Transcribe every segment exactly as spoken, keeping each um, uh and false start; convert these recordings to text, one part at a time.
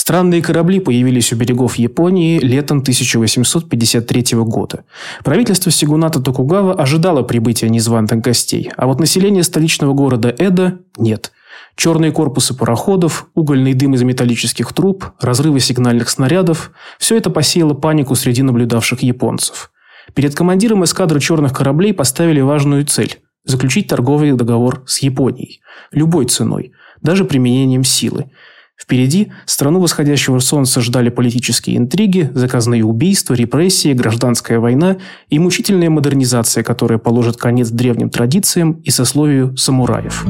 Странные корабли появились у берегов Японии летом тысяча восемьсот пятьдесят третьего года. Правительство Сигуната Токугава ожидало прибытия незваных гостей, а вот население столичного города Эдо – нет. Черные корпусы пароходов, угольный дым из металлических труб, разрывы сигнальных снарядов – все это посеяло панику среди наблюдавших японцев. Перед командиром эскадры черных кораблей поставили важную цель – заключить торговый договор с Японией. Любой ценой, даже применением силы. Впереди страну восходящего солнца ждали политические интриги, заказные убийства, репрессии, гражданская война и мучительная модернизация, которая положит конец древним традициям и сословию самураев.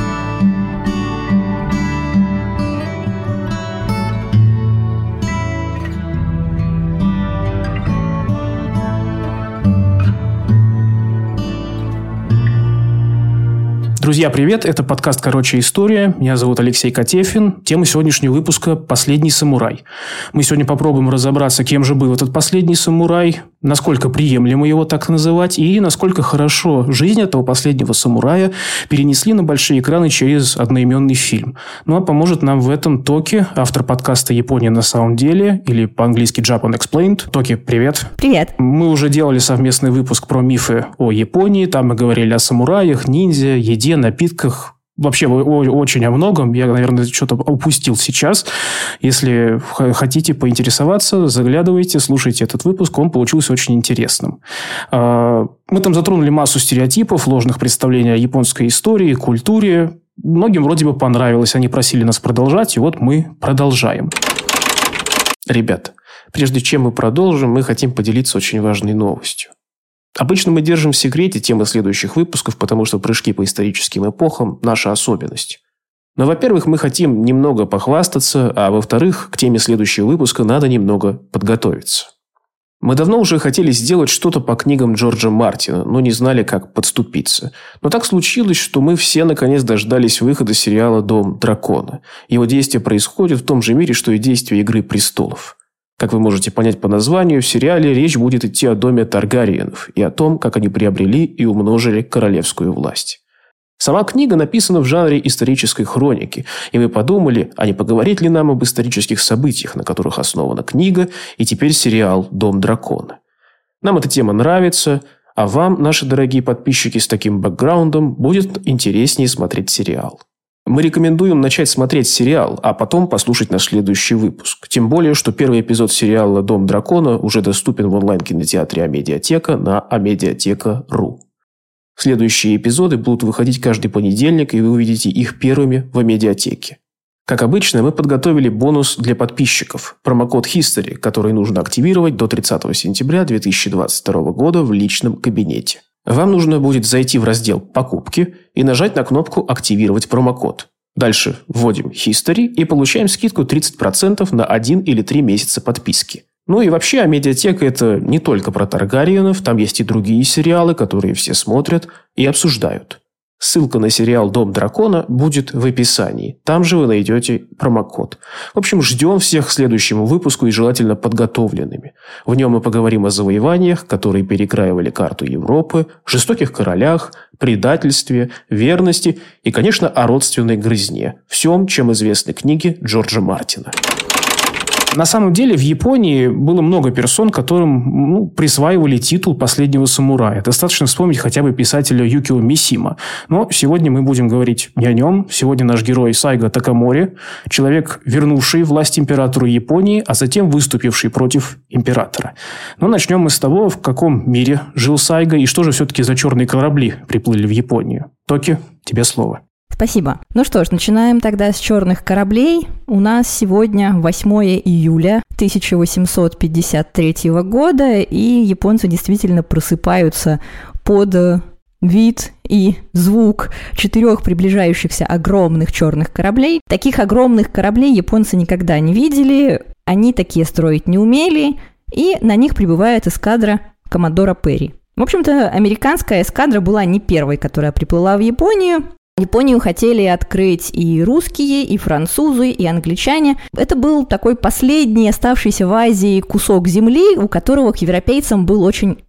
Друзья, привет! Это подкаст «Короче, история». Меня зовут Алексей Котефин. Тема сегодняшнего выпуска – «Последний самурай». Мы сегодня попробуем разобраться, кем же был этот последний самурай, насколько приемлемо его так называть, и насколько хорошо жизнь этого последнего самурая перенесли на большие экраны через одноименный фильм. Ну а поможет нам в этом Токи, автор подкаста «Япония на самом деле», или по-английски Japan Explained. Токи, привет! Привет! Мы уже делали совместный выпуск про мифы о Японии. Там мы говорили о самураях, ниндзя, еде, напитках, вообще очень о многом. Я, наверное, что-то упустил сейчас. Если хотите поинтересоваться, заглядывайте, слушайте этот выпуск. Он получился очень интересным. Мы там затронули массу стереотипов, ложных представлений о японской истории, культуре. Многим вроде бы понравилось. Они просили нас продолжать, и вот мы продолжаем. Ребят, прежде чем мы продолжим, мы хотим поделиться очень важной новостью. Обычно мы держим в секрете темы следующих выпусков, потому что прыжки по историческим эпохам – наша особенность. Но, во-первых, мы хотим немного похвастаться, а во-вторых, к теме следующего выпуска надо немного подготовиться. Мы давно уже хотели сделать что-то по книгам Джорджа Мартина, но не знали, как подступиться. Но так случилось, что мы все наконец дождались выхода сериала «Дом дракона». Его действие происходит в том же мире, что и действие «Игры престолов». Как вы можете понять по названию, в сериале речь будет идти о доме Таргариенов и о том, как они приобрели и умножили королевскую власть. Сама книга написана в жанре исторической хроники, и мы подумали, а не поговорить ли нам об исторических событиях, на которых основана книга, и теперь сериал «Дом дракона». Нам эта тема нравится, а вам, наши дорогие подписчики с таким бэкграундом, будет интереснее смотреть сериал. Мы рекомендуем начать смотреть сериал, а потом послушать наш следующий выпуск. Тем более, что первый эпизод сериала «Дом дракона» уже доступен в онлайн-кинотеатре Амедиатека на амедиатека точка ру. Следующие эпизоды будут выходить каждый понедельник, и вы увидите их первыми в Амедиатеке. Как обычно, мы подготовили бонус для подписчиков – промокод History, который нужно активировать до тридцатого сентября две тысячи двадцать второго года в личном кабинете. Вам нужно будет зайти в раздел «Покупки» и нажать на кнопку «Активировать промокод». Дальше вводим History и получаем скидку тридцать процентов на один или три месяца подписки. Ну и вообще, Амедиатека – это не только про Таргариенов, там есть и другие сериалы, которые все смотрят и обсуждают. Ссылка на сериал «Дом дракона» будет в описании. Там же вы найдете промокод. В общем, ждем всех к следующему выпуску и желательно подготовленными. В нем мы поговорим о завоеваниях, которые перекраивали карту Европы, жестоких королях, предательстве, верности и, конечно, о родственной грызне. Всем, чем известны книги Джорджа Мартина. На самом деле в Японии было много персон, которым ну, присваивали титул последнего самурая. Достаточно вспомнить хотя бы писателя Юкио Мисима. Но сегодня мы будем говорить не о нем. Сегодня наш герой Сайго Такамори, человек, вернувший власть императору Японии, а затем выступивший против императора. Но начнем мы с того, в каком мире жил Сайго и что же все-таки за черные корабли приплыли в Японию. Токи, тебе слово. Спасибо. Ну что ж, начинаем тогда с черных кораблей. У нас сегодня восьмое июля тысяча восемьсот пятьдесят третьего года, и японцы действительно просыпаются под вид и звук четырех приближающихся огромных черных кораблей. Таких огромных кораблей японцы никогда не видели, они такие строить не умели, и на них прибывает эскадра коммодора Перри. В общем-то, американская эскадра была не первой, которая приплыла в Японию. Японию хотели открыть и русские, и французы, и англичане. Это был такой последний оставшийся в Азии кусок земли, у которого к европейцам был очень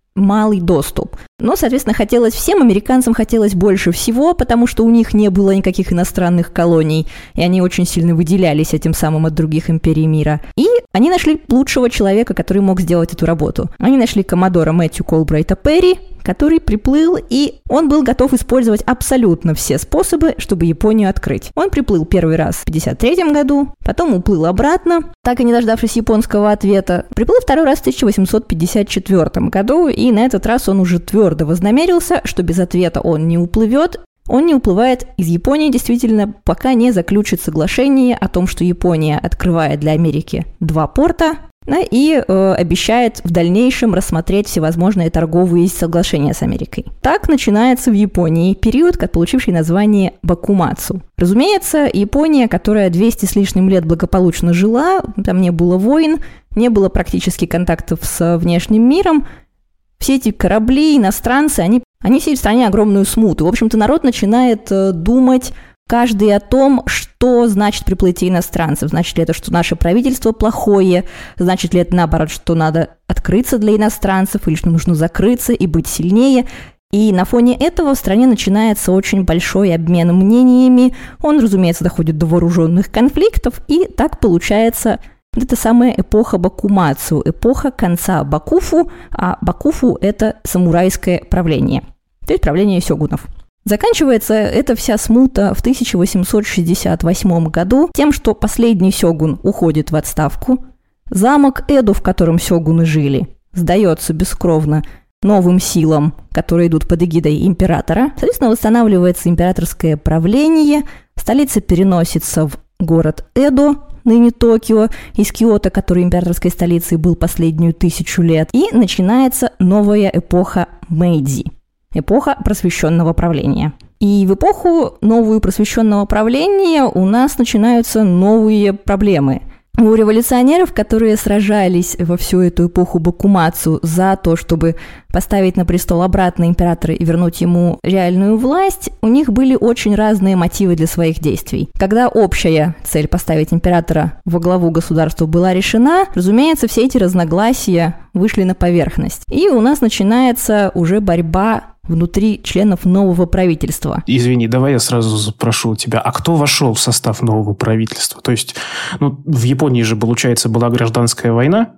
малый доступ. Но, соответственно, хотелось всем, американцам хотелось больше всего, потому что у них не было никаких иностранных колоний, и они очень сильно выделялись этим самым от других империй мира. И они нашли лучшего человека, который мог сделать эту работу. Они нашли коммодора Мэтью Колбрайта Перри, который приплыл, и он был готов использовать абсолютно все способы, чтобы Японию открыть. Он приплыл первый раз в пятьдесят третьем году, потом уплыл обратно, так и не дождавшись японского ответа. Приплыл второй раз в тысяча восемьсот пятьдесят четвёртом году, и на этот раз он уже твердо вознамерился, что без ответа он не уплывет. Он не уплывает из Японии, действительно, пока не заключит соглашение о том, что Япония открывает для Америки два порта, да, и э, обещает в дальнейшем рассмотреть всевозможные торговые соглашения с Америкой. Так начинается в Японии период, получивший название Бакумацу. Разумеется, Япония, которая двести с лишним лет благополучно жила, там не было войн, не было практически контактов с внешним миром, все эти корабли, иностранцы, они, они сеют в стране огромную смуту. В общем-то, народ начинает э, думать каждый о том, что значит приплытие иностранцев. Значит ли это, что наше правительство плохое? Значит ли это, наоборот, что надо открыться для иностранцев, или что нужно закрыться и быть сильнее? И на фоне этого в стране начинается очень большой обмен мнениями. Он, разумеется, доходит до вооруженных конфликтов, и так получается это самая эпоха Бакумацу, эпоха конца Бакуфу, а Бакуфу – это самурайское правление, то есть правление сёгунов. Заканчивается эта вся смута в тысяча восемьсот шестьдесят восьмом году тем, что последний сёгун уходит в отставку, замок Эдо, в котором сёгуны жили, сдается бескровно новым силам, которые идут под эгидой императора. Соответственно, восстанавливается императорское правление, столица переносится в город Эдо, ныне Токио, из Киото, который императорской столицей был последнюю тысячу лет, и начинается новая эпоха Мэйдзи. Эпоха просвещенного правления. И в эпоху новую просвещенного правления у нас начинаются новые проблемы. У революционеров, которые сражались во всю эту эпоху Бакумацу за то, чтобы поставить на престол обратно императора и вернуть ему реальную власть, у них были очень разные мотивы для своих действий. Когда общая цель поставить императора во главу государства была решена, разумеется, все эти разногласия вышли на поверхность. И у нас начинается уже борьба внутри членов нового правительства. Извини, давай я сразу спрошу у тебя, а кто вошел в состав нового правительства? То есть, ну, в Японии же, получается, была гражданская война,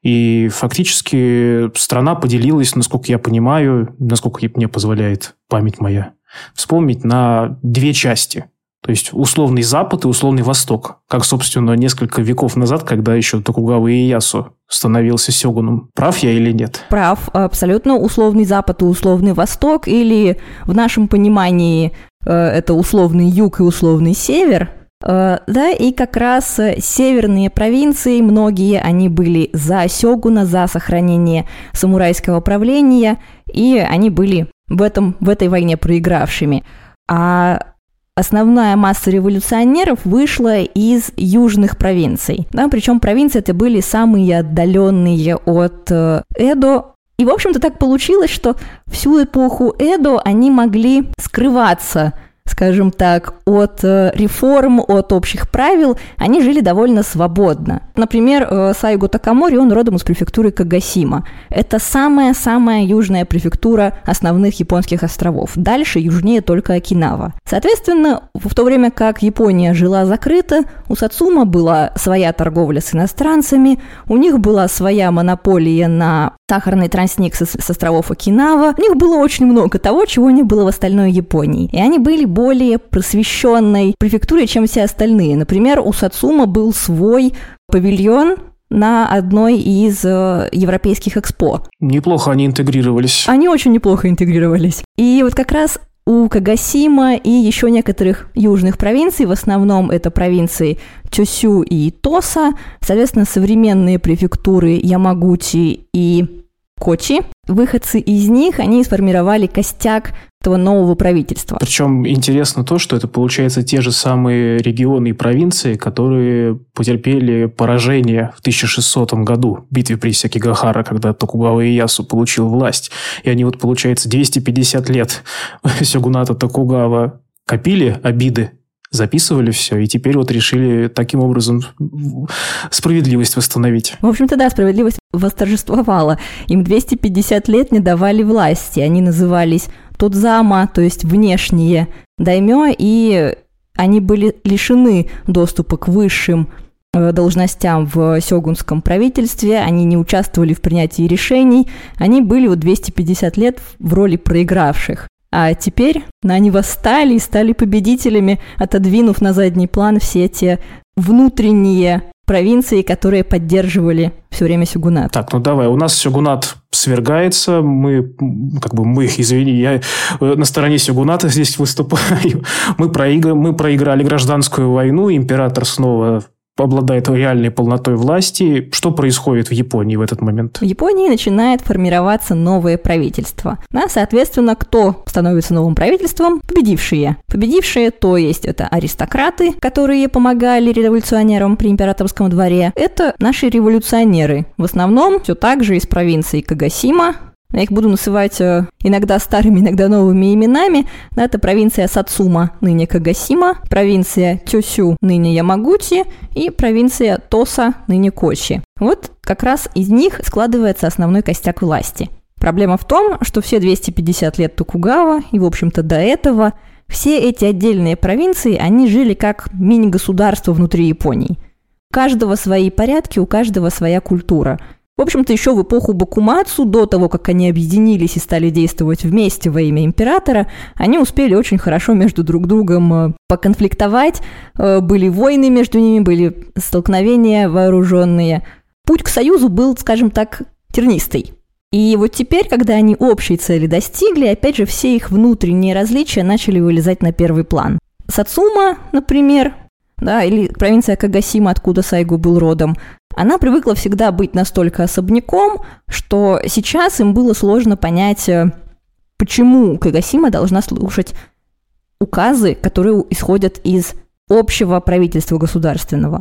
и фактически страна поделилась, насколько я понимаю, насколько мне позволяет память моя, вспомнить, на две части. То есть, условный Запад и условный Восток. Как, собственно, несколько веков назад, когда еще Токугава Иэясу становился сёгуном. Прав я или нет? Прав, абсолютно. Условный Запад и условный Восток, или в нашем понимании э, это условный Юг и условный Север. Э, да, и как раз северные провинции, многие, они были за сёгуна, за сохранение самурайского правления, и они были в, этом, в этой войне проигравшими. А основная масса революционеров вышла из южных провинций. Да, причем провинции это были самые отдаленные от э, Эдо. И, в общем-то, так получилось, что всю эпоху Эдо они могли скрываться, скажем так, от э, реформ, от общих правил. Они жили довольно свободно. Например, э, Сайго Такамори, он родом из префектуры Кагасима. Это самая-самая южная префектура основных японских островов. Дальше южнее только Окинава. Соответственно, в то время как Япония жила закрыто, у Сацума была своя торговля с иностранцами, у них была своя монополия на сахарный тростник с, с островов Окинава. У них было очень много того, чего не было в остальной Японии. И они были более просвещенной префектурой, чем все остальные. Например, у Сацума был свой павильон на одной из э, европейских экспо. Неплохо они интегрировались. Они очень неплохо интегрировались. И вот как раз у Кагасима и еще некоторых южных провинций, в основном это провинции Чосю и Тоса, соответственно, современные префектуры Ямагути и Кочи, выходцы из них, они сформировали костяк этого нового правительства. Причем интересно то, что это, получается, те же самые регионы и провинции, которые потерпели поражение в тысяча шестисотом году в битве при Сакигахара, когда Токугава Иэясу получил власть. И они вот, получается, двести пятьдесят лет сёгуната Токугава копили обиды, записывали все, и теперь вот решили таким образом справедливость восстановить. В общем-то, да, справедливость восторжествовало. Им двести пятьдесят лет не давали власти. Они назывались тодзама, то есть внешние даймё, и они были лишены доступа к высшим должностям в сёгунском правительстве, они не участвовали в принятии решений, они были вот двести пятьдесят лет в роли проигравших. А теперь они восстали и стали победителями, отодвинув на задний план все эти внутренние провинции, которые поддерживали все время сёгунат. Так, ну давай, у нас сёгунат свергается, мы, как бы мы, извини, я на стороне сёгуната здесь выступаю, мы, проигр... мы проиграли гражданскую войну, император снова обладает реальной полнотой власти. Что происходит в Японии в этот момент? В Японии начинает формироваться новое правительство. Да, соответственно, кто становится новым правительством? Победившие. Победившие, то есть это аристократы, которые помогали революционерам при императорском дворе. Это наши революционеры. В основном все так же из провинции Кагасима. Я их буду называть иногда старыми, иногда новыми именами. Это провинция Сацума, ныне Кагасима, провинция Тёсю, ныне Ямагути, и провинция Тоса, ныне Кочи. Вот как раз из них складывается основной костяк власти. Проблема в том, что все двести пятьдесят лет Токугава, и, в общем-то, до этого, все эти отдельные провинции, они жили как мини-государство внутри Японии. У каждого свои порядки, у каждого своя культура. В общем-то, еще в эпоху Бакумацу, до того, как они объединились и стали действовать вместе во имя императора, они успели очень хорошо между друг другом поконфликтовать, были войны между ними, были столкновения вооруженные. Путь к союзу был, скажем так, тернистый. И вот теперь, когда они общей цели достигли, опять же, все их внутренние различия начали вылезать на первый план. Сацума, например, да, или провинция Кагасима, откуда Сайго был родом, она привыкла всегда быть настолько особняком, что сейчас им было сложно понять, почему Кагасима должна слушать указы, которые исходят из общего правительства государственного.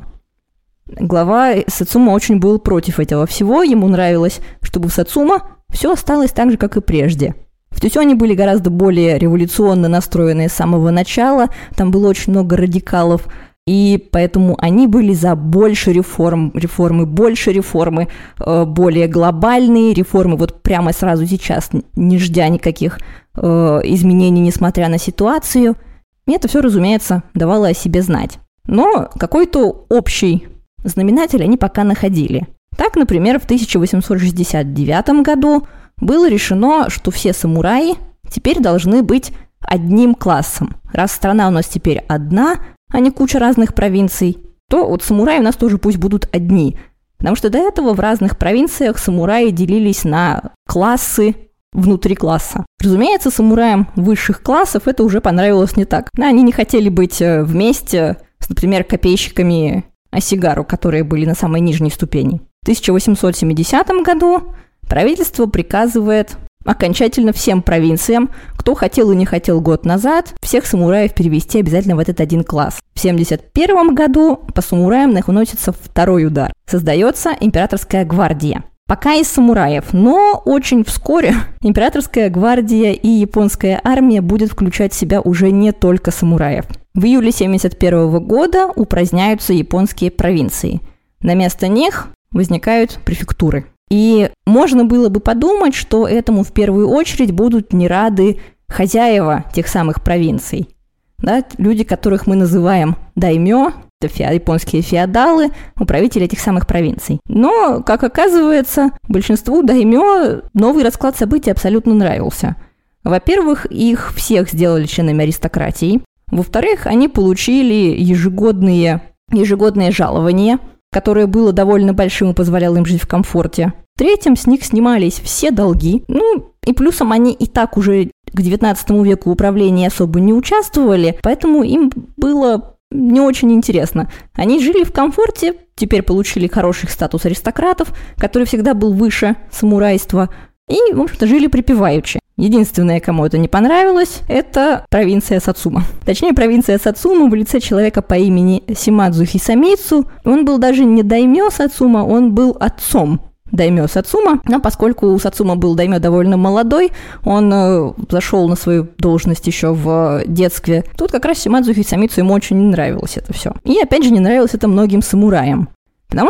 Глава Сацума очень был против этого всего, ему нравилось, чтобы в Сацума все осталось так же, как и прежде. В Тёсю они были гораздо более революционно настроенные с самого начала, там было очень много радикалов, и поэтому они были за больше реформ, реформы, больше реформы, более глобальные реформы, вот прямо сразу сейчас, не ждя никаких изменений, несмотря на ситуацию. И это все, разумеется, давало о себе знать. Но какой-то общий знаменатель они пока находили. Так, например, в тысяча восемьсот шестьдесят девятом году было решено, что все самураи теперь должны быть одним классом. Раз страна у нас теперь одна, а не куча разных провинций, то вот самураи у нас тоже пусть будут одни. Потому что до этого в разных провинциях самураи делились на классы внутри класса. Разумеется, самураям высших классов это уже понравилось не так. Они не хотели быть вместе с, например, копейщиками осигару, которые были на самой нижней ступени. В тысяча восемьсот семидесятом году правительство приказывает окончательно всем провинциям, кто хотел и не хотел год назад, всех самураев перевести обязательно в этот один класс. В семьдесят первом году по самураям наносится второй удар. Создается императорская гвардия. Пока из самураев, но очень вскоре императорская гвардия и японская армия будет включать в себя уже не только самураев. В июле семьдесят первого года упраздняются японские провинции. На место них возникают префектуры. И можно было бы подумать, что этому в первую очередь будут не рады хозяева тех самых провинций. Да, люди, которых мы называем даймё, это фе- японские феодалы, управители этих самых провинций. Но, как оказывается, большинству даймё новый расклад событий абсолютно нравился. Во-первых, их всех сделали членами аристократии. Во-вторых, они получили ежегодные, ежегодные жалования, которое было довольно большим и позволяло им жить в комфорте. В-третьем, с них снимались все долги. Ну, и плюсом они и так уже к девятнадцатому веку в управлении особо не участвовали, поэтому им было не очень интересно. Они жили в комфорте, теперь получили хороший статус аристократов, который всегда был выше самурайства, и, в общем-то, жили припеваючи. Единственное, кому это не понравилось, это провинция Сацума. Точнее, провинция Сацума в лице человека по имени Симадзу Хисамицу. Он был даже не даймё Сацума, он был отцом даймё Сацума. Но поскольку у Сацума был даймё довольно молодой, он э, зашел на свою должность еще в детстве. Тут как раз Симадзу Хисамицу ему очень не нравилось это все. И опять же не нравилось это многим самураям. Потому что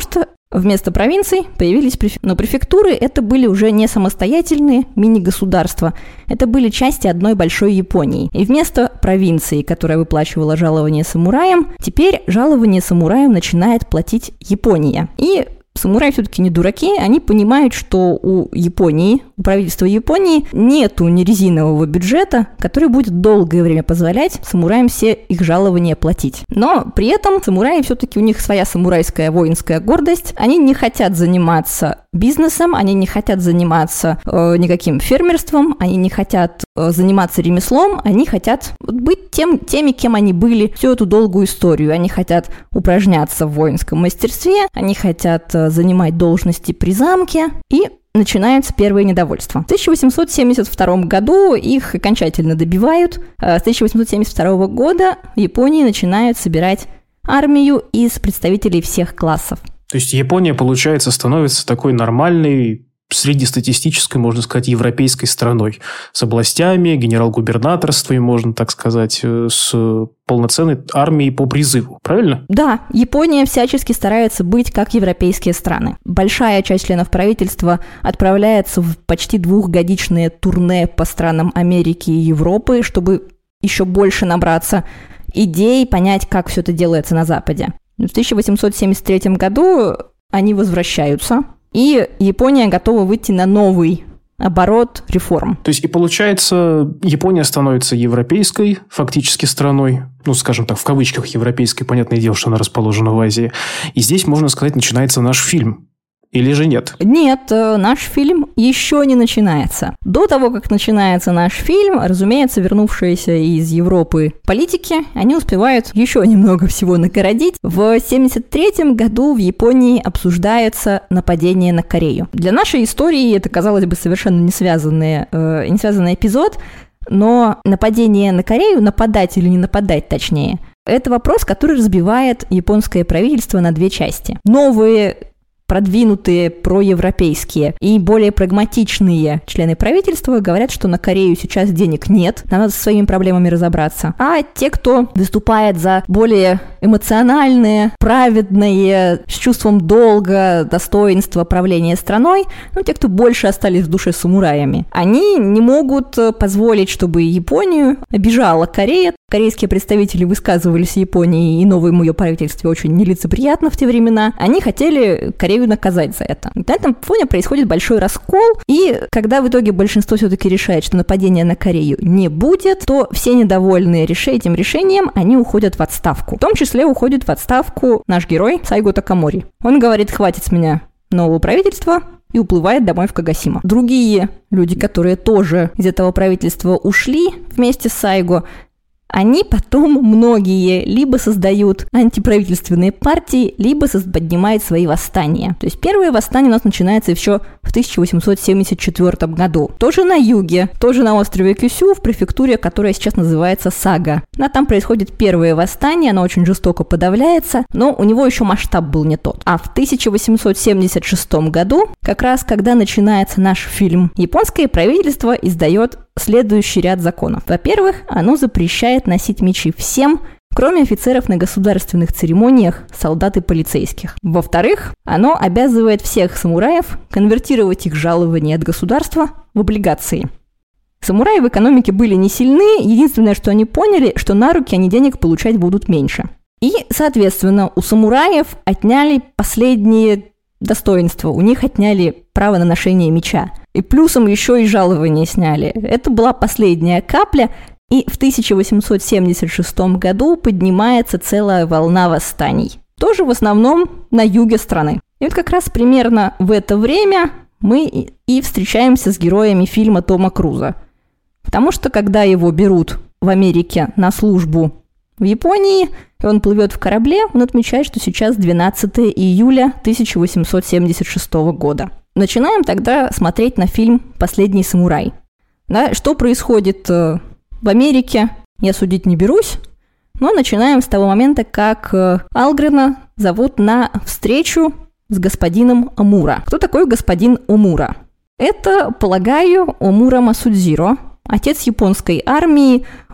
Вместо провинций появились префектуры. Но префектуры – это были уже не самостоятельные мини-государства. Это были части одной большой Японии. И вместо провинции, которая выплачивала жалование самураям, теперь жалование самураям начинает платить Япония. И самураи все-таки не дураки, они понимают, что у Японии, у правительства Японии нету нерезинового бюджета, который будет долгое время позволять самураям все их жалования платить. Но при этом самураи все-таки, у них своя самурайская воинская гордость, они не хотят заниматься бизнесом, они не хотят заниматься э, никаким фермерством, они не хотят э, заниматься ремеслом, они хотят быть тем, теми, кем они были всю эту долгую историю. Они хотят упражняться в воинском мастерстве, они хотят э, занимать должности при замке, и начинаются первые недовольства. В тысяча восемьсот семьдесят втором году их окончательно добивают. С тысяча восемьсот семьдесят второго года в Японии начинают собирать армию из представителей всех классов. То есть Япония, получается, становится такой нормальной, среднестатистической, можно сказать, европейской страной. С областями, генерал-губернаторствами, можно так сказать, с полноценной армией по призыву. Правильно? Да, Япония всячески старается быть как европейские страны. Большая часть членов правительства отправляется в почти двухгодичные турне по странам Америки и Европы, чтобы еще больше набраться идей, понять, как все это делается на Западе. В тысяча восемьсот семьдесят третьем году они возвращаются, и Япония готова выйти на новый оборот реформ. То есть, и получается, Япония становится европейской фактически страной, ну, скажем так, в кавычках европейской, понятное дело, что она расположена в Азии. И здесь, можно сказать, начинается наш фильм. Или же нет? Нет, наш фильм еще не начинается. До того, как начинается наш фильм, разумеется, вернувшиеся из Европы политики, они успевают еще немного всего нагородить. В семьдесят третьем году в Японии обсуждается нападение на Корею. Для нашей истории это, казалось бы, совершенно не связанный, э, не связанный эпизод, но нападение на Корею, нападать или не нападать точнее, это вопрос, который разбивает японское правительство на две части. Новые продвинутые проевропейские и более прагматичные члены правительства говорят, что на Корею сейчас денег нет, нам надо со своими проблемами разобраться. А те, кто выступает за более эмоциональные, праведные, с чувством долга, достоинства правления страной, ну, те, кто больше остались в душе самураями, они не могут позволить, чтобы Японию обижала Корея. Корейские представители высказывались в Японии и новому ее правительству очень нелицеприятно в те времена. Они хотели Корею наказать за это. На этом фоне происходит большой раскол, и когда в итоге большинство все-таки решает, что нападения на Корею не будет, то все недовольные реш... этим решением, они уходят в отставку. В том числе уходит в отставку наш герой Сайго Такамори. Он говорит: хватит с меня нового правительства, и уплывает домой в Кагосиму. Другие люди, которые тоже из этого правительства ушли вместе с Сайго, они потом многие либо создают антиправительственные партии, либо поднимают свои восстания. То есть первое восстание у нас начинается еще в тысяча восемьсот семьдесят четвёртом году. Тоже на юге, тоже на острове Кюсю, в префектуре, которая сейчас называется Сага. А там происходит первое восстание, оно очень жестоко подавляется, но у него еще масштаб был не тот. А в тысяча восемьсот семьдесят шестом году, как раз когда начинается наш фильм, японское правительство издает следующий ряд законов. Во-первых, оно запрещает носить мечи всем, кроме офицеров на государственных церемониях, солдат и полицейских. Во-вторых, оно обязывает всех самураев конвертировать их жалования от государства в облигации. Самураи в экономике были не сильны, единственное, что они поняли, что на руки они денег получать будут меньше. И, соответственно, у самураев отняли последние достоинства, у них отняли право на ношение меча. И плюсом еще и жалования сняли. Это была последняя капля, и в тысяча восемьсот семьдесят шестом году поднимается целая волна восстаний. Тоже в основном на юге страны. И вот как раз примерно в это время мы и встречаемся с героями фильма Тома Круза. Потому что когда его берут в Америке на службу в Японии, и он плывет в корабле, он отмечает, что сейчас двенадцатое июля тысяча восемьсот семьдесят шестого года. Начинаем тогда смотреть на фильм «Последний самурай». Да, что происходит в Америке, я судить не берусь, но начинаем с того момента, как Алгрена зовут на встречу с господином Омура. Кто такой господин Омура? Это, полагаю, Омура Масудзиро, отец японской армии.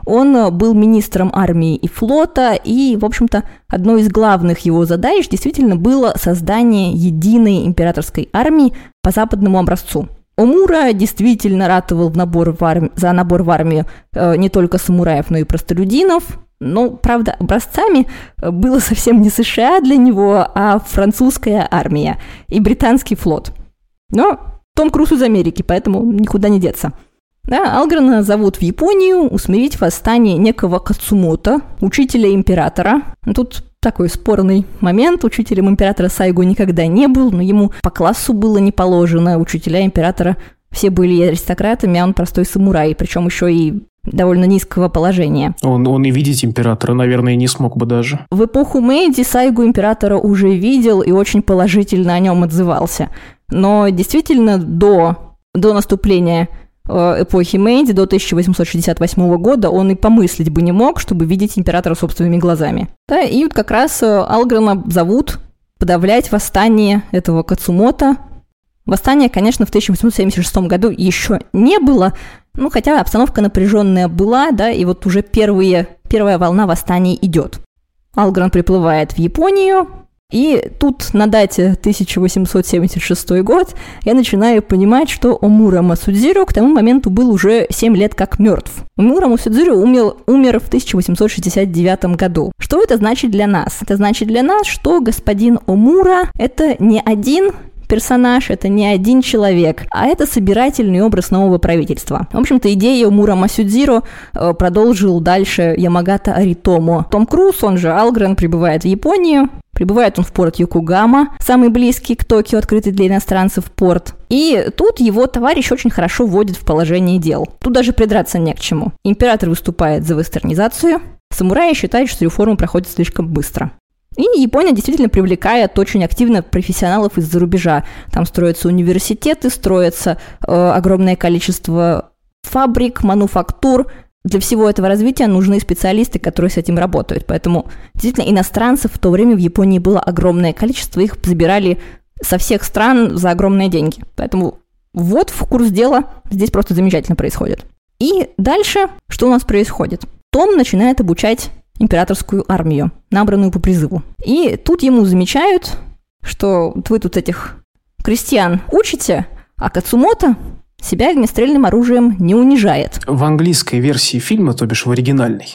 Он был министром армии и флота, и, в общем-то, одной из главных его задач действительно было создание единой императорской армии по западному образцу. Омура действительно ратовал в набор в арми... за набор в армию э, не только самураев, но и простолюдинов. Но, правда, образцами было совсем не США для него, а французская армия и британский флот. Но Том Круз из Америки, поэтому никуда не деться. Да, Алгрена зовут в Японию усмирить восстание некого Кацумото, учителя императора. Тут такой спорный момент. Учителем императора Сайго никогда не был, но ему по классу было не положено. Учителя императора все были аристократами, а он простой самурай, причем еще и довольно низкого положения. Он, он и видеть императора, наверное, не смог бы даже. В эпоху Мэйдзи Сайго императора уже видел и очень положительно о нем отзывался. Но действительно до, до наступления эпохи Мэйдзи, до тысяча восемьсот шестьдесят восьмого года, он и помыслить бы не мог, чтобы видеть императора собственными глазами. Да, и вот как раз Алгрена зовут подавлять восстание этого Кацумото. Восстания, конечно, в тысяча восемьсот семьдесят шестом году еще не было, ну, хотя обстановка напряженная была, да, и вот уже первые, первая волна восстаний идет. Алгрен приплывает в Японию, и тут на дате тысяча восемьсот семьдесят шестой год я начинаю понимать, что Омура Масудзиро к тому моменту был уже семь лет как мертв. Омура Масудзиро умер, умер в тысяча восемьсот шестьдесят девятом году. Что это значит для нас? Это значит для нас, что господин Омура – это не один персонаж, это не один человек, а это собирательный образ нового правительства. В общем-то, идею Омура Масудзиро э, продолжил дальше Ямагата Аритомо. Том Круз, он же Алгрен, прибывает в Японию. Прибывает он в порт Йокогама, самый близкий к Токио, открытый для иностранцев порт. И тут его товарищ очень хорошо вводит в положение дел. Тут даже придраться не к чему. Император выступает за вестернизацию. Самураи считают, что реформы проходят слишком быстро. И Япония действительно привлекает очень активно профессионалов из-за рубежа. Там строятся университеты, строится э, огромное количество фабрик, мануфактур. Для всего этого развития нужны специалисты, которые с этим работают. Поэтому действительно иностранцев в то время в Японии было огромное количество. Их забирали со всех стран за огромные деньги. Поэтому вот в курс дела здесь просто замечательно происходит. И дальше что у нас происходит? Том начинает обучать императорскую армию, набранную по призыву. И тут ему замечают, что вы тут этих крестьян учите, а Кацумото себя огнестрельным оружием не унижает. В английской версии фильма, то бишь в оригинальной,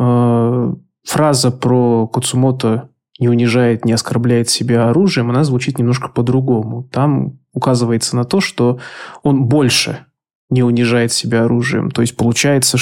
фраза про Кацумото не унижает, не оскорбляет себя оружием, она звучит немножко по-другому. Там указывается на то, что он больше не унижает себя оружием. То есть получается,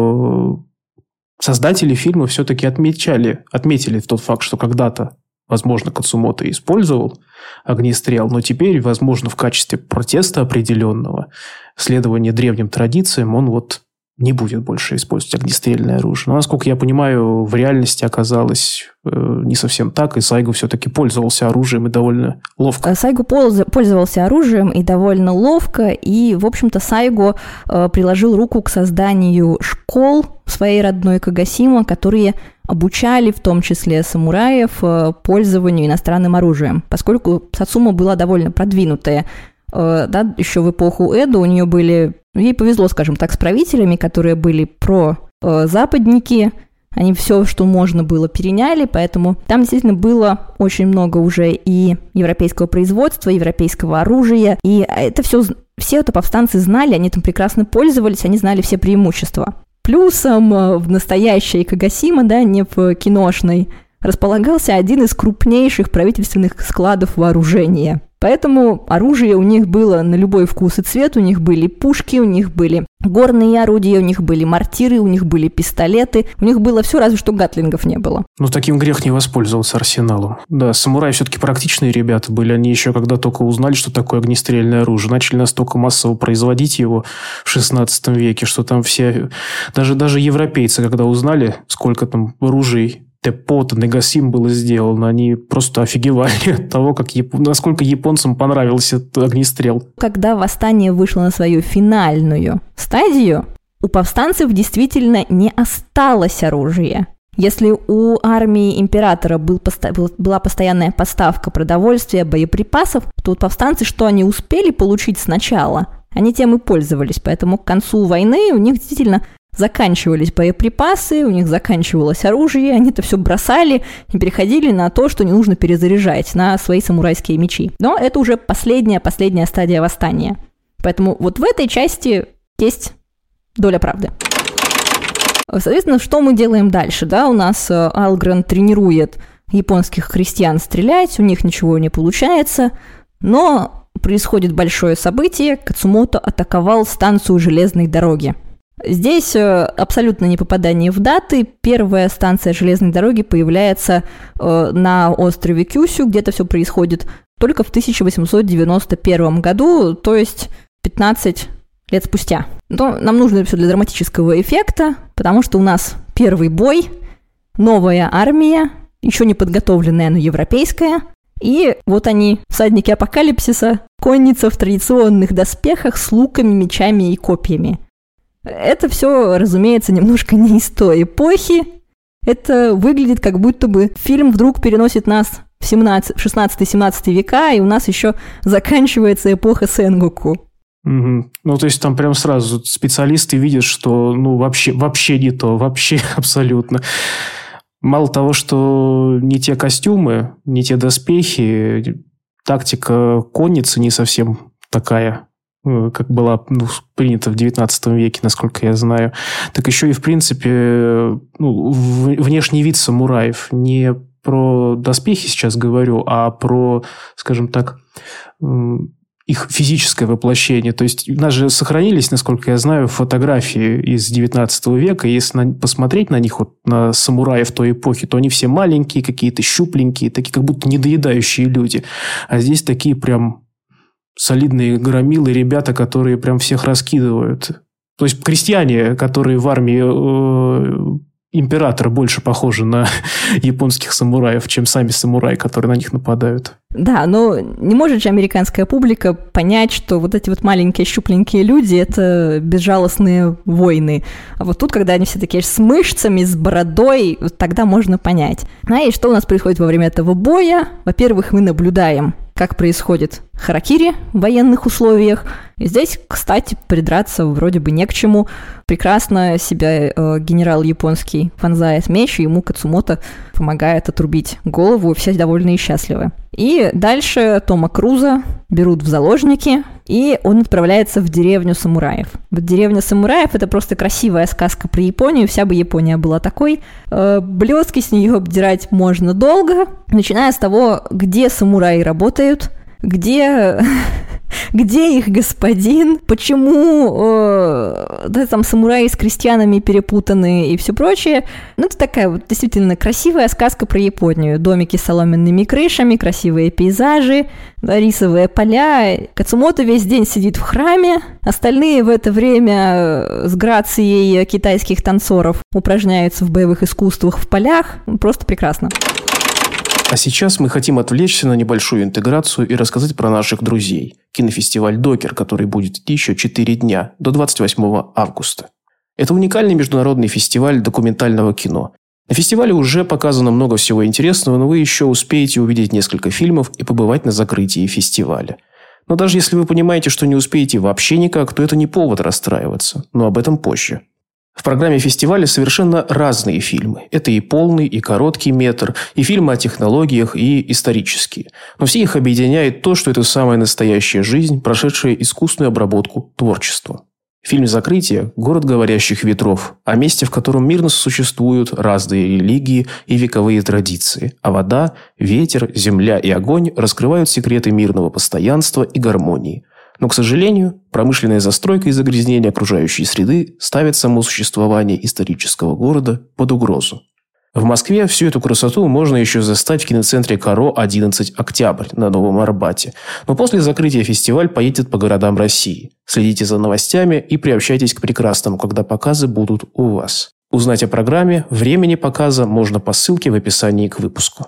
что создатели фильма все-таки отмечали, отметили тот факт, что когда-то, возможно, Кацумото использовал огнестрел, но теперь, возможно, в качестве протеста определенного, следования древним традициям, он вот не будет больше использовать огнестрельное оружие. Но, насколько я понимаю, в реальности оказалось э, не совсем так, и Сайго все-таки пользовался оружием и довольно ловко. Сайго пользовался оружием и довольно ловко, и, в общем-то, Сайго э, приложил руку к созданию школ в своей родной Кагасима, которые обучали в том числе самураев э, пользованию иностранным оружием, поскольку Сацума была довольно продвинутая. Э, да, еще в эпоху Эдо у нее были... Ей повезло, скажем так, с правителями, которые были про-западники. Они все, что можно было, переняли, поэтому там действительно было очень много уже и европейского производства, европейского оружия. И это все, все это повстанцы знали, они там прекрасно пользовались, они знали все преимущества. Плюсом в настоящей Кагасима, да, не в киношной, располагался один из крупнейших правительственных складов вооружения. Поэтому оружие у них было на любой вкус и цвет, у них были пушки, у них были горные орудия, у них были мортиры, у них были пистолеты, у них было все, разве что гатлингов не было. Ну, таким грех не воспользоваться арсеналом. Да, самураи все-таки практичные ребята были, они еще когда только узнали, что такое огнестрельное оружие, начали настолько массово производить его в шестнадцатом веке, что там все, даже, даже европейцы, когда узнали, сколько там оружий, Теппото, Нагасим было сделано, они просто офигевали от того, как яп... насколько японцам понравился этот огнестрел. Когда восстание вышло на свою финальную стадию, у повстанцев действительно не осталось оружия. Если у армии императора был поста... была постоянная поставка продовольствия, боеприпасов, то вот повстанцы, что они успели получить сначала, они тем и пользовались. Поэтому к концу войны у них действительно заканчивались боеприпасы, у них заканчивалось оружие, они это все бросали и переходили на то, что не нужно перезаряжать, на свои самурайские мечи. Но это уже последняя-последняя стадия восстания. Поэтому вот в этой части есть доля правды. Соответственно, что мы делаем дальше? Да, у нас Алгрен тренирует японских крестьян стрелять, у них ничего не получается, но происходит большое событие, Кацумото атаковал станцию железной дороги. Здесь абсолютно не попадание в даты. Первая станция железной дороги появляется на острове Кюсю, где это все происходит только в тысяча восемьсот девяносто первом году, то есть пятнадцать лет спустя. Но нам нужно все для драматического эффекта, потому что у нас первый бой, новая армия, еще не подготовленная, но европейская. И вот они, всадники апокалипсиса, конница в традиционных доспехах с луками, мечами и копьями. Это все, разумеется, немножко не из той эпохи. Это выглядит, как будто бы фильм вдруг переносит нас в шестнадцатый-семнадцатый века, и у нас еще заканчивается эпоха Сэнгоку. Угу. Ну, то есть там прям сразу специалисты видят, что ну вообще, вообще не то, вообще абсолютно. Мало того, что не те костюмы, не те доспехи, тактика конницы не совсем такая, как была ну, принята в девятнадцатом веке, насколько я знаю. Так еще и, в принципе, ну, внешний вид самураев. Не про доспехи сейчас говорю, а про, скажем так, их физическое воплощение. То есть у нас же сохранились, насколько я знаю, фотографии из девятнадцатого века. Если на, посмотреть на них, вот, на самураев той эпохи, то они все маленькие, какие-то щупленькие, такие как будто недоедающие люди. А здесь такие прям солидные громилы, ребята, которые прям всех раскидывают. То есть крестьяне, которые в армии... Э, императора больше похожи на японских самураев, чем сами самураи, которые на них нападают. Да, но не может же американская публика понять, что вот эти вот маленькие щупленькие люди – это безжалостные воины. А вот тут, когда они все такие с мышцами, с бородой, вот тогда можно понять. А и что у нас происходит во время этого боя? Во-первых, мы наблюдаем, как происходит харакири в военных условиях. И здесь, кстати, придраться вроде бы не к чему. Прекрасно себя э, генерал японский вонзает меч, и ему Кацумото помогает отрубить голову, и все довольны и счастливы. И дальше Тома Круза берут в заложники, и он отправляется в деревню самураев. Вот деревня самураев – это просто красивая сказка про Японию, вся бы Япония была такой. Э, блестки с нее обдирать можно долго, начиная с того, где самураи работают, где, где их господин, почему э, да, там самураи с крестьянами перепутаны и все прочее. Ну, это такая вот действительно красивая сказка про Японию. Домики с соломенными крышами, красивые пейзажи, да, рисовые поля. Кацумото весь день сидит в храме, остальные в это время с грацией китайских танцоров упражняются в боевых искусствах в полях. Просто прекрасно. А сейчас мы хотим отвлечься на небольшую интеграцию и рассказать про наших друзей. Кинофестиваль «Докер», который будет идти еще четыре дня, до двадцать восьмого августа. Это уникальный международный фестиваль документального кино. На фестивале уже показано много всего интересного, но вы еще успеете увидеть несколько фильмов и побывать на закрытии фестиваля. Но даже если вы понимаете, что не успеете вообще никак, то это не повод расстраиваться. Но об этом позже. В программе фестиваля совершенно разные фильмы. Это и полный, и короткий метр, и фильмы о технологиях, и исторические. Но все их объединяет то, что это самая настоящая жизнь, прошедшая искусственную обработку творчества. Фильм «Закрытие» – город говорящих ветров, о месте, в котором мирно сосуществуют разные религии и вековые традиции, а вода, ветер, земля и огонь раскрывают секреты мирного постоянства и гармонии. Но, к сожалению, промышленная застройка и загрязнение окружающей среды ставят само существование исторического города под угрозу. В Москве всю эту красоту можно еще застать в киноцентре «Каро одиннадцать Октябрь» на Новом Арбате. Но после закрытия фестиваль поедет по городам России. Следите за новостями и приобщайтесь к прекрасному, когда показы будут у вас. Узнать о программе, времени показа можно по ссылке в описании к выпуску.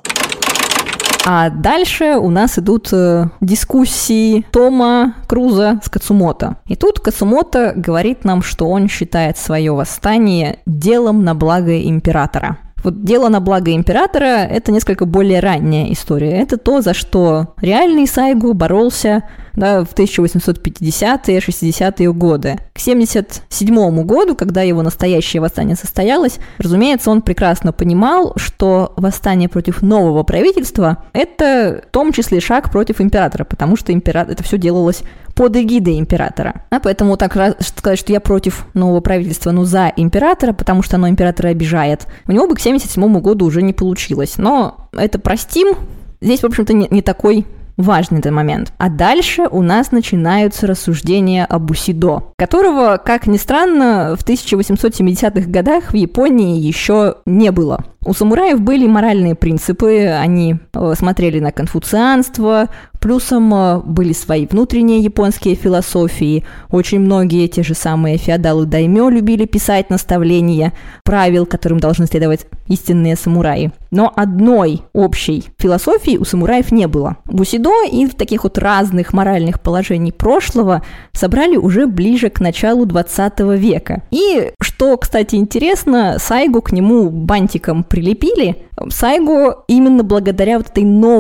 А дальше у нас идут э, дискуссии Тома Круза с Кацумото. И тут Кацумото говорит нам, что он считает свое восстание делом на благо императора. Вот дело на благо императора – это несколько более ранняя история. Это то, за что реальный Сайгу боролся, да, в тысяча восемьсот пятидесятые, шестидесятые годы. К семьдесят седьмому году, когда его настоящее восстание состоялось, разумеется, он прекрасно понимал, что восстание против нового правительства – это в том числе шаг против императора, потому что император, это все делалось под эгидой императора. А поэтому так сказать, что я против нового правительства, но за императора, потому что оно императора обижает, у него бы к семьдесят седьмому году уже не получилось. Но это простим. Здесь, в общем-то, не, не такой важный этот момент. А дальше у нас начинаются рассуждения о Бусидо, которого, как ни странно, в тысяча восемьсот семидесятых годах в Японии еще не было. У самураев были моральные принципы, они смотрели на конфуцианство, плюсом были свои внутренние японские философии. Очень многие те же самые феодалы-даймё любили писать наставления правил, которым должны следовать истинные самураи. Но одной общей философии у самураев не было. Бусидо и в таких вот разных моральных положений прошлого собрали уже ближе к началу двадцатого века. И, что, кстати, интересно, Сайгу к нему бантиком прилепили. Сайгу именно благодаря вот этой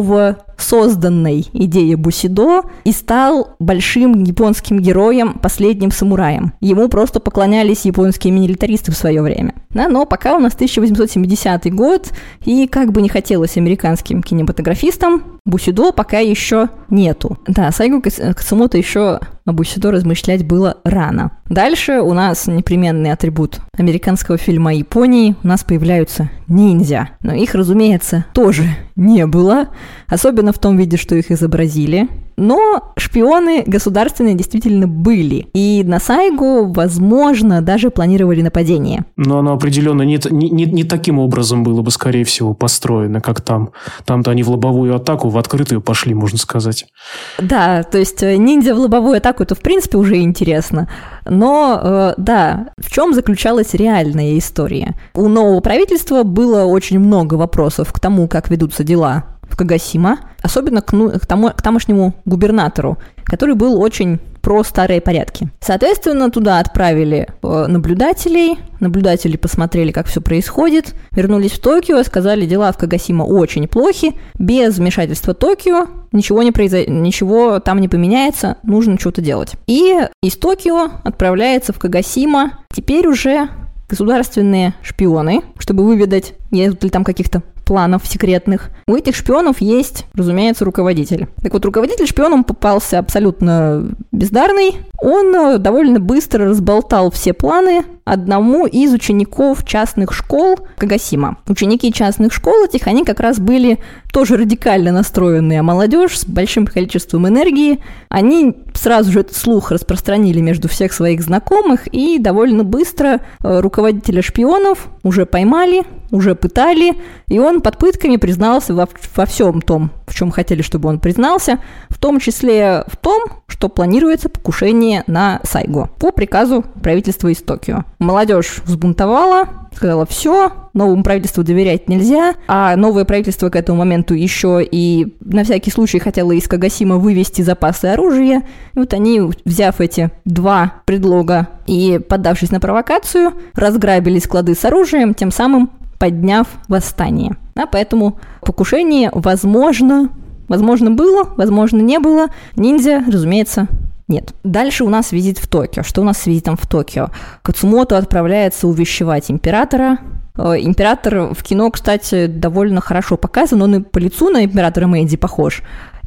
новосозданной идее Бусидо и стал большим японским героем, последним самураем. Ему просто поклонялись японские милитаристы в свое время. Да, но пока у нас тысяча восемьсот семидесятый год, и как бы не хотелось американским кинематографистам, Бусидо пока еще нету. Да, Сайгу Кацумото еще о Бусидо размышлять было рано. Дальше у нас непременный атрибут американского фильма о Японии. У нас появляются ниндзя. Но их, разумеется, тоже не было. Особенно в том виде, что их изобразили. Но шпионы государственные действительно были. И на Сайгу, возможно, даже планировали нападение. Но оно определенно не, не, не таким образом было бы, скорее всего, построено, как там. Там-то они в лобовую атаку, в открытую пошли, можно сказать. Да, то есть ниндзя в лобовую атаку, это в принципе уже интересно. Но, э, да, в чем заключалась реальная история? У нового правительства было очень много вопросов к тому, как ведутся дела в Кагосима, особенно к, ну, к, тому, к тамошнему губернатору, который был очень про старые порядки. Соответственно, туда отправили э, наблюдателей, наблюдатели посмотрели, как все происходит, вернулись в Токио, сказали, дела в Кагосима очень плохи, без вмешательства Токио ничего, не произойдет, ничего там не поменяется, нужно что-то делать. И из Токио отправляется в Кагосима теперь уже государственные шпионы, чтобы выведать, нет ли там каких-то планов секретных. У этих шпионов есть, разумеется, руководитель. Так вот, руководитель шпионам попался абсолютно бездарный. Он довольно быстро разболтал все планы одному из учеников частных школ Кагосима. Ученики частных школ этих, они как раз были тоже радикально настроенные молодежь с большим количеством энергии. Они сразу же этот слух распространили между всех своих знакомых, и довольно быстро руководителя шпионов уже поймали, уже пытали, и он под пытками признался во, во всем том, в чем хотели, чтобы он признался, в том числе в том, что планируется покушение на Сайгу по приказу правительства из Токио. Молодежь взбунтовала, сказала, все, новому правительству доверять нельзя, а новое правительство к этому моменту еще и на всякий случай хотело из Кагосима вывести запасы оружия. И вот они, взяв эти два предлога и поддавшись на провокацию, разграбили склады с оружием, тем самым подняв восстание. А поэтому покушение, возможно, возможно было, возможно не было. Ниндзя, разумеется, нет. Дальше у нас визит в Токио. Что у нас с визитом в Токио? Кацумото отправляется увещевать императора. Император в кино, кстати, довольно хорошо показан. Он и по лицу на императора Мэйдзи похож,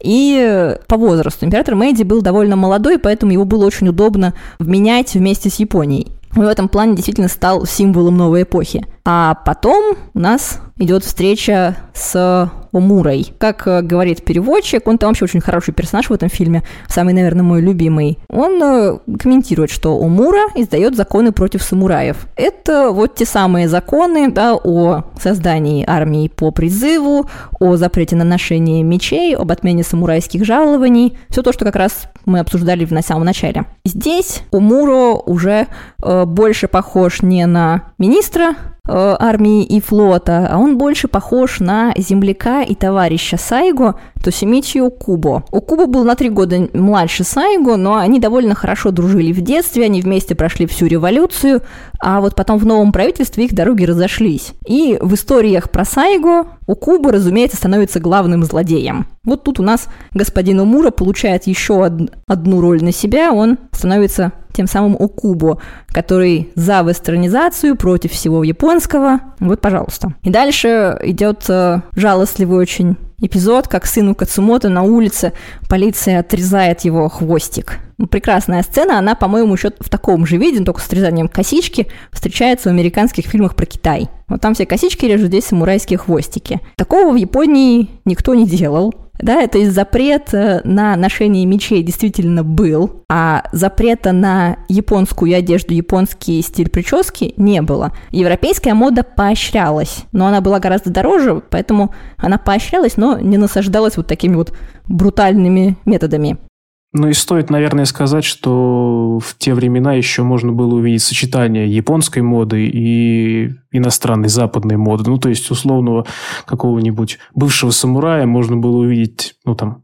и по возрасту. Император Мэйдзи был довольно молодой, поэтому его было очень удобно вменять вместе с Японией. Он в этом плане действительно стал символом новой эпохи. А потом у нас идет встреча с Омурой. Как говорит переводчик, он там вообще очень хороший персонаж в этом фильме, самый, наверное, мой любимый. Он комментирует, что Омура издает законы против самураев. Это вот те самые законы, да, о создании армии по призыву, о запрете на ношение мечей, об отмене самурайских жалований. Все то, что как раз мы обсуждали в самом начале. Здесь Омура уже э, больше похож не на министра, э, армии и флота, а он больше похож на земляка и товарища Сайго Тосимичи Окубо. Окубо был на три года младше Сайго, но они довольно хорошо дружили в детстве, они вместе прошли всю революцию, а вот потом в новом правительстве их дороги разошлись. И в историях про Сайго Окубо, разумеется, становится главным злодеем. Вот тут у нас господин Омура получает еще од- одну роль на себя, он становится тем самым Окубо, который за вестернизацию, против всего японского. Вот, пожалуйста. И дальше идет э, жалостливый очень эпизод, как сыну Кацумото на улице полиция отрезает его хвостик. Прекрасная сцена, она, по-моему, еще в таком же виде, только с отрезанием косички, встречается в американских фильмах про Китай. Вот там все косички режут, здесь самурайские хвостики. Такого в Японии никто не делал. Да, то есть запрет на ношение мечей действительно был, а запрета на японскую одежду, японский стиль прически не было. Европейская мода поощрялась, но она была гораздо дороже, поэтому она поощрялась, но не насаждалась вот такими вот брутальными методами. Ну и стоит, наверное, сказать, что в те времена еще можно было увидеть сочетание японской моды и иностранной западной моды. Ну, то есть, условного какого-нибудь бывшего самурая можно было увидеть, ну, там,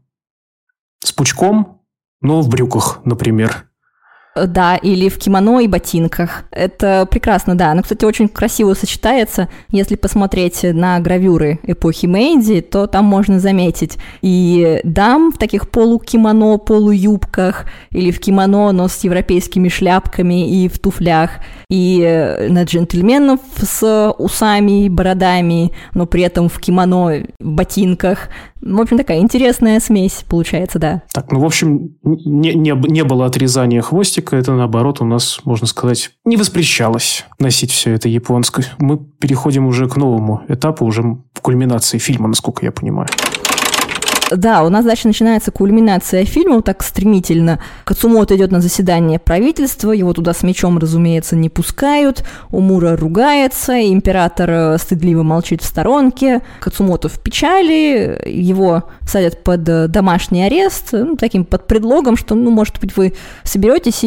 с пучком, но в брюках, например. Да, или в кимоно и ботинках. Это прекрасно, да. Оно, кстати, очень красиво сочетается. Если посмотреть на гравюры эпохи Мэйдзи, то там можно заметить и дам в таких полукимоно, полуюбках, или в кимоно, но с европейскими шляпками и в туфлях, и на джентльменов с усами и бородами, но при этом в кимоно, в ботинках. В общем, такая интересная смесь получается, да. Так, ну, в общем, не, не, не было отрезания хвостика, это, наоборот, у нас, можно сказать, не воспрещалось носить все это японское. Мы переходим уже к новому этапу, уже в кульминации фильма, насколько я понимаю. Да, у нас дальше начинается кульминация фильма, так стремительно. Кацумото идет на заседание правительства, его туда с мечом, разумеется, не пускают. Омура ругается, император стыдливо молчит в сторонке. Кацумото в печали, его садят под домашний арест, ну, таким под предлогом, что, ну, может быть, вы соберетесь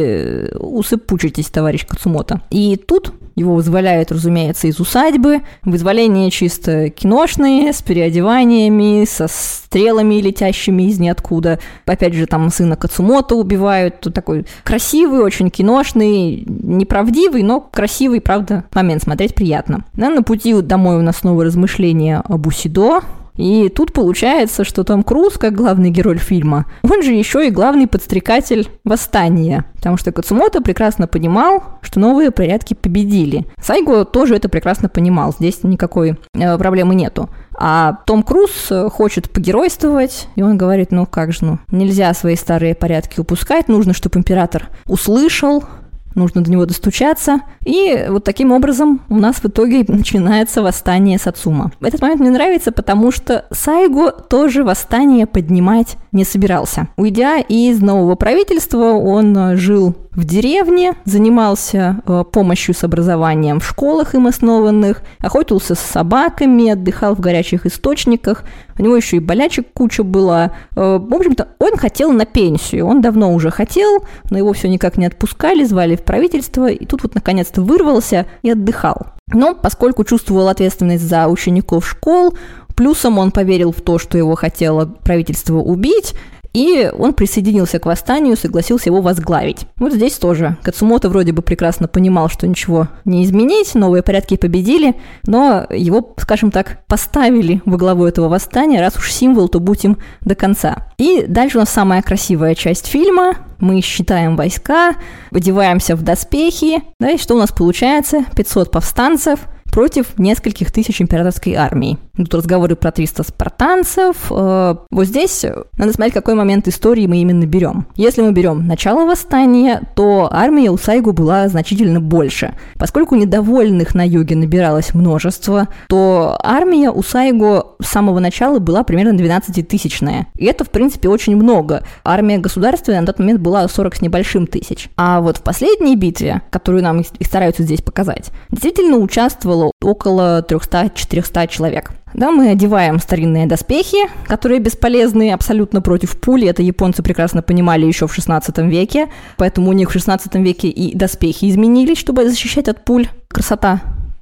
и усыпучитесь, товарищ Кацумото. И тут его вызволяют, разумеется, из усадьбы. Вызволение чисто киношное, с переодеваниями, со стрелами, летящими из ниоткуда. Опять же, там сына Кацумото убивают. Тут такой красивый, очень киношный, неправдивый, но красивый, правда, момент. Смотреть приятно. Да, на пути домой у нас снова размышления об Бусидо. И тут получается, что Том Круз, как главный герой фильма, он же еще и главный подстрекатель восстания. Потому что Кацумото прекрасно понимал, что новые порядки победили. Сайго тоже это прекрасно понимал. Здесь никакой э, проблемы нету. А Том Круз хочет погеройствовать, и он говорит, ну как же, ну нельзя свои старые порядки упускать, нужно, чтобы император услышал, нужно до него достучаться. И вот таким образом у нас в итоге начинается восстание Сацума. Этот момент мне нравится, потому что Сайго тоже восстание поднимать не собирался. Уйдя из нового правительства, он жил в деревне, занимался э, помощью с образованием в школах им основанных, охотился с собаками, отдыхал в горячих источниках. У него еще и болячек куча была. Э, в общем-то, он хотел на пенсию. Он давно уже хотел, но его все никак не отпускали, звали в правительство, и тут вот наконец-то вырвался и отдыхал. Но поскольку чувствовал ответственность за учеников школ, плюсом он поверил в то, что его хотело правительство убить, и он присоединился к восстанию, согласился его возглавить. Вот здесь тоже Кацумото вроде бы прекрасно понимал, что ничего не изменить, новые порядки победили, но его, скажем так, поставили во главу этого восстания, раз уж символ, то будь им до конца. И дальше у нас самая красивая часть фильма. Мы считаем войска, одеваемся в доспехи, да, и что у нас получается? пятьсот повстанцев против нескольких тысяч императорской армии. Тут разговоры про триста спартанцев. Вот здесь надо смотреть, какой момент истории мы именно берем. Если мы берем начало восстания, то армия у Сайго была значительно больше. Поскольку недовольных на юге набиралось множество, то армия у Сайго с самого начала была примерно двенадцатитысячная. И это, в принципе, очень много. Армия государственная на тот момент была сорок с небольшим тысяч. А вот в последней битве, которую нам и стараются здесь показать, действительно участвовало около триста-четыреста человек. Да, мы одеваем старинные доспехи, которые бесполезны абсолютно против пули. Это японцы прекрасно понимали еще в шестнадцатом веке, поэтому у них в шестнадцатом веке и доспехи изменились, чтобы защищать от пуль. Красота.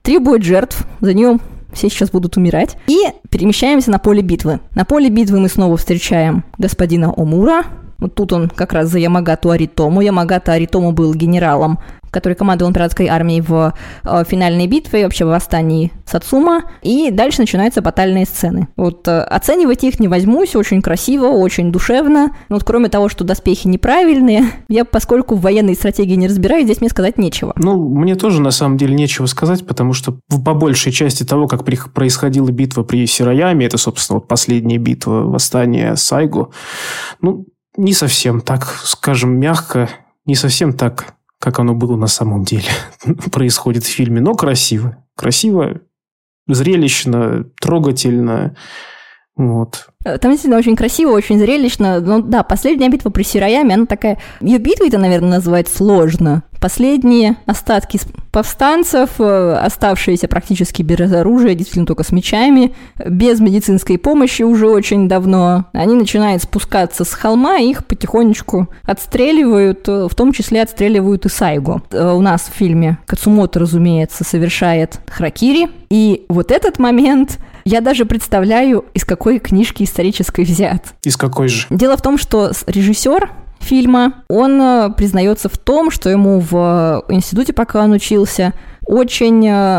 требует жертв, за нее все сейчас будут умирать. И перемещаемся на поле битвы. На поле битвы мы снова встречаем господина Омура. Вот тут он как раз за Ямагату Аритому. Ямагата Аритому был генералом, который командовал императорской армией в э, финальной битве и вообще в восстании Сацума. И дальше начинаются батальные сцены. Вот э, оценивать их не возьмусь, очень красиво, очень душевно. Но вот кроме того, что доспехи неправильные, я, поскольку в военной стратегии не разбираюсь, здесь мне сказать нечего. Ну, мне тоже на самом деле нечего сказать, потому что по большей части того, как при, происходила битва при Сираяме, это, собственно, вот последняя битва восстания Сайго, ну, не совсем так, скажем, мягко, не совсем так, как оно было на самом деле, происходит в фильме, но красиво. Красиво, зрелищно, трогательно. Вот. Там действительно очень красиво, очень зрелищно. Ну да, последняя битва при Сираяме, она такая... Ее битвой-то, наверное, назвать сложно. Последние остатки повстанцев, оставшиеся практически без оружия, действительно только с мечами, без медицинской помощи уже очень давно, они начинают спускаться с холма, и их потихонечку отстреливают, в том числе отстреливают и Сайгу. У нас в фильме Кацумото, разумеется, совершает харакири, и вот этот момент... Я даже представляю, из какой книжки исторической взят. Из какой же? Дело в том, что режиссер фильма, он признается в том, что ему в институте, пока он учился, очень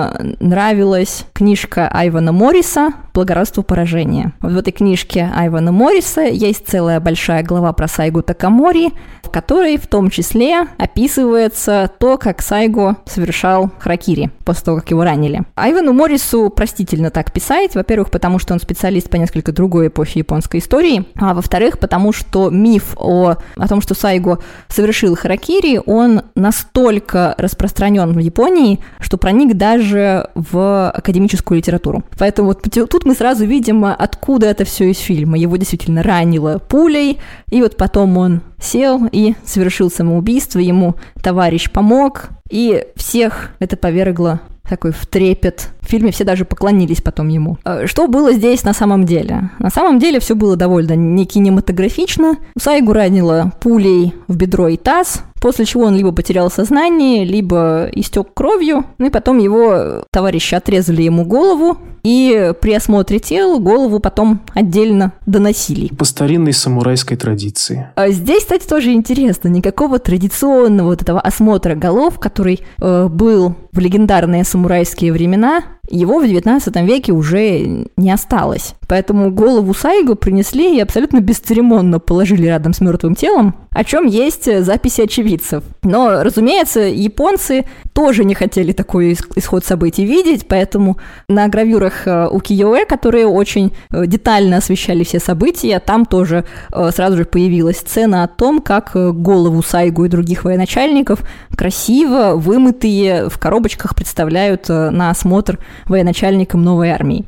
нравилась книжка Айвана Морриса «Благородство поражения». Вот в этой книжке Айвана Морриса есть целая большая глава про Сайгу Такамори, в которой в том числе описывается то, как Сайго совершал харакири после того, как его ранили. Айвану Моррису простительно так писать, во-первых, потому что он специалист по несколько другой эпохи японской истории, а во-вторых, потому что миф о, о том, что Сайго совершил харакири, он настолько распространен в Японии, что проник даже в академическую литературу. Поэтому вот тут мы сразу видим, откуда это все из фильма. Его действительно ранило пулей, и вот потом он сел и совершил самоубийство, ему товарищ помог, и всех это повергло такой в трепет. В фильме все даже поклонились потом ему. Что было здесь на самом деле? На самом деле все было довольно не кинематографично. Сайгу ранило пулей в бедро и таз, после чего он либо потерял сознание, либо истек кровью, ну и потом его товарищи отрезали ему голову, и при осмотре тел голову потом отдельно доносили. По старинной самурайской традиции. А здесь, кстати, тоже интересно, никакого традиционного вот этого осмотра голов, который э, был в легендарные самурайские времена, его в девятнадцатом веке уже не осталось. Поэтому голову Сайгу принесли и абсолютно бесцеремонно положили рядом с мертвым телом, о чем есть записи очевидцев. Но, разумеется, японцы тоже не хотели такой исход событий видеть, поэтому на гравюрах укиё-э, которые очень детально освещали все события, там тоже сразу же появилась сцена о том, как голову Сайгу и других военачальников красиво вымытые в коробочках представляют на осмотр военачальникам новой армии.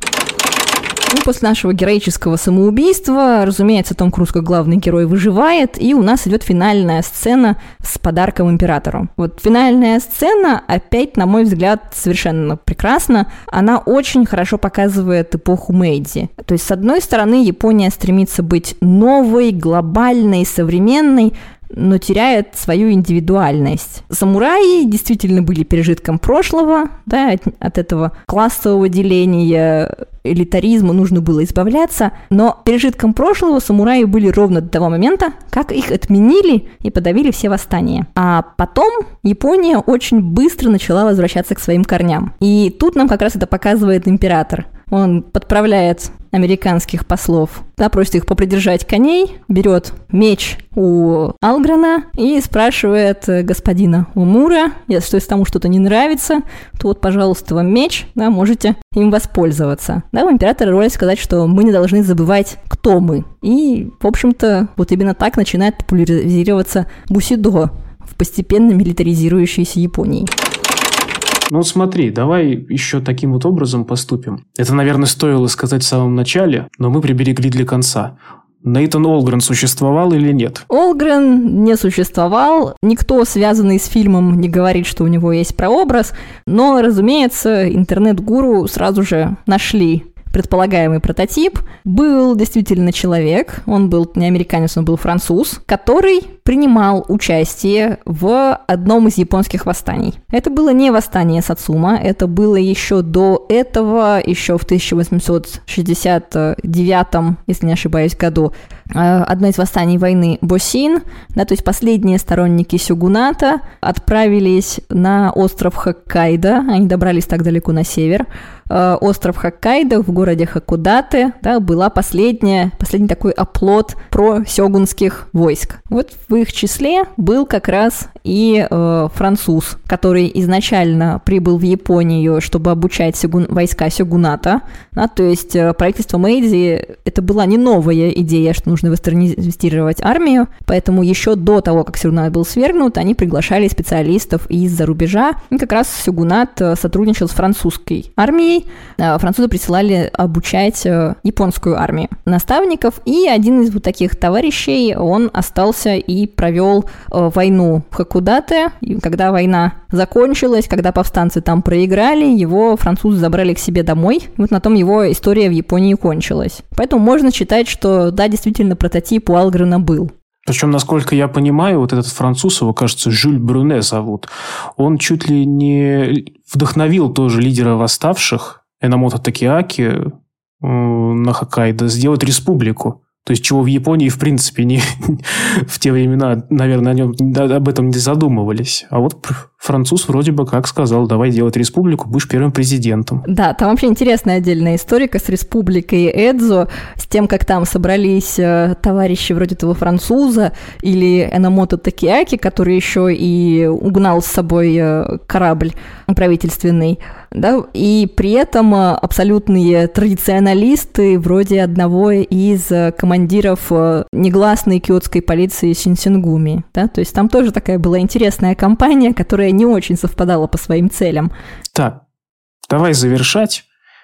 Ну, после нашего героического самоубийства, разумеется, Том Круз как главный герой выживает, и у нас идет финальная сцена с подарком императору. Вот финальная сцена, опять, на мой взгляд, совершенно прекрасна. Она очень хорошо показывает эпоху Мэйдзи. То есть, с одной стороны, Япония стремится быть новой, глобальной, современной, но теряет свою индивидуальность. Самураи действительно были пережитком прошлого, да, от, от этого классового деления, элитаризма нужно было избавляться, но пережитком прошлого самураи были ровно до того момента, как их отменили и подавили все восстания. А потом Япония очень быстро начала возвращаться к своим корням. И тут нам как раз это показывает император. Он подправляет американских послов, да, просит их попридержать коней, берет меч у Алгрена и спрашивает господина Омура, если тому что-то не нравится, то вот, пожалуйста, вам меч, да, можете им воспользоваться. Да, у императора роль сказать, что мы не должны забывать, кто мы. И, в общем-то, вот именно так начинает популяризироваться бусидо в постепенно милитаризирующейся Японии. Ну смотри, давай еще таким вот образом поступим. Это, наверное, стоило сказать в самом начале, но мы приберегли для конца. Нейтан Олгрен существовал или нет? Олгрен не существовал. Никто, связанный с фильмом, не говорит, что у него есть прообраз. Но, разумеется, интернет-гуру сразу же нашли предполагаемый прототип, был действительно человек, он был не американец, он был француз, который принимал участие в одном из японских восстаний. Это было не восстание Сацума, это было еще до этого, еще в тысяча восемьсот шестьдесят девятом, если не ошибаюсь, году, одно из восстаний войны Босин, да, то есть последние сторонники сёгуната отправились на остров Хоккайдо, они добрались так далеко на север. Остров Хоккайдо в городе Хоккудате, да, была последняя, последний такой оплот просёгунских войск. Вот в их числе был как раз и э, француз, который изначально прибыл в Японию, чтобы обучать сёгун, войска сёгуната. Да, то есть э, правительство Мэйдзи, это была не новая идея, что нужно вестернизировать армию, поэтому еще до того, как сёгунат был свергнут, они приглашали специалистов из-за рубежа. И как раз сёгунат сотрудничал с французской армией. Французы присылали обучать японскую армию наставников, и один из вот таких товарищей, он остался и провел войну в Хоккудате. И когда война закончилась, когда повстанцы там проиграли, его французы забрали к себе домой. И вот на том его история в Японии кончилась. Поэтому можно считать, что да, действительно, прототип у Алгрена был. Причем, насколько я понимаю, вот этот француз, его, кажется, Жюль Брюне зовут, он чуть ли не вдохновил тоже лидера восставших, Эномото Такеаки, э, на Хоккайдо, сделать республику. То есть, чего в Японии, в принципе, не, в те времена, наверное, о нем, об этом не задумывались. А вот француз вроде бы как сказал, давай делать республику, будешь первым президентом. Да, там вообще интересная отдельная историка с республикой Эдзо, с тем, как там собрались товарищи вроде того француза или Эномото Такеаки, который еще и угнал с собой корабль правительственный. Да, и при этом абсолютные традиционалисты вроде одного из командиров негласной киотской полиции Шинсингуми. Да? То есть там тоже такая была интересная кампания, которая не очень совпадала по своим целям. Так, давай завершать.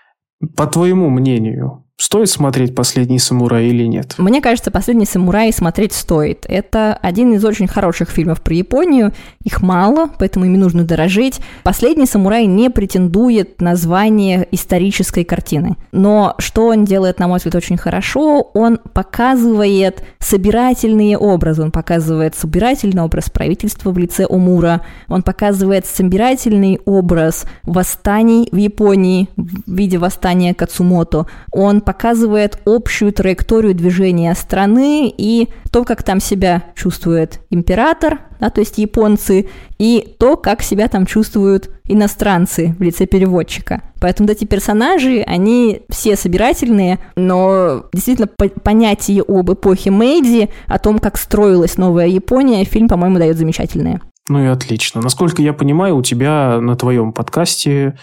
По твоему мнению, стоит смотреть «Последний самурай» или нет? Мне кажется, «Последний самурай» смотреть стоит. Это один из очень хороших фильмов про Японию. Их мало, поэтому ими нужно дорожить. «Последний самурай» не претендует на звание исторической картины. Но что он делает, на мой взгляд, очень хорошо, он показывает собирательные образы. Он показывает собирательный образ правительства в лице Омура. Он показывает собирательный образ восстаний в Японии в виде восстания Кацумото. Он показывает общую траекторию движения страны и то, как там себя чувствует император, да, то есть японцы, и то, как себя там чувствуют иностранцы в лице переводчика. Поэтому эти персонажи, они все собирательные, но действительно понятие об эпохе Мэйдзи, о том, как строилась новая Япония, фильм, по-моему, дает замечательное. Ну и отлично. Насколько я понимаю, у тебя на твоем подкасте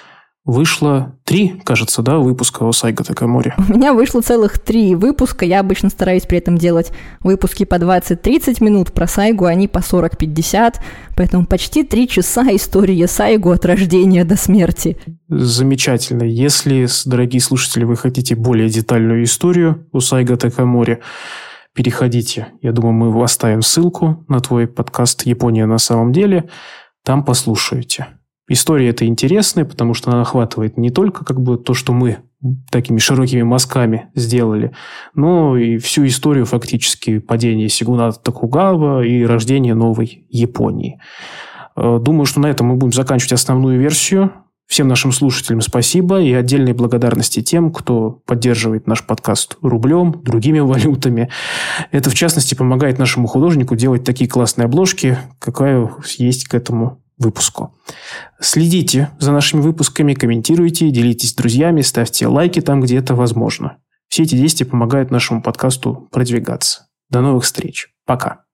вышло три, кажется, да, выпуска о Сайго Такамори. У меня вышло целых три выпуска. Я обычно стараюсь при этом делать выпуски по двадцать-тридцать минут. Про Сайгу они по сорок-пятьдесят. Поэтому почти три часа истории Сайгу от рождения до смерти. Замечательно. Если, дорогие слушатели, вы хотите более детальную историю о Сайго Такамори, переходите. Я думаю, мы оставим ссылку на твой подкаст «Япония на самом деле». Там послушаете. История эта интересная, потому что она охватывает не только как бы то, что мы такими широкими мазками сделали, но и всю историю фактически падения сёгуната Токугава и рождения новой Японии. Думаю, что на этом мы будем заканчивать основную версию. Всем нашим слушателям спасибо и отдельные благодарности тем, кто поддерживает наш подкаст рублем, другими валютами. Это, в частности, помогает нашему художнику делать такие классные обложки, какая есть к этому выпуску. Следите за нашими выпусками, комментируйте, делитесь с друзьями, ставьте лайки там, где это возможно. Все эти действия помогают нашему подкасту продвигаться. До новых встреч. Пока.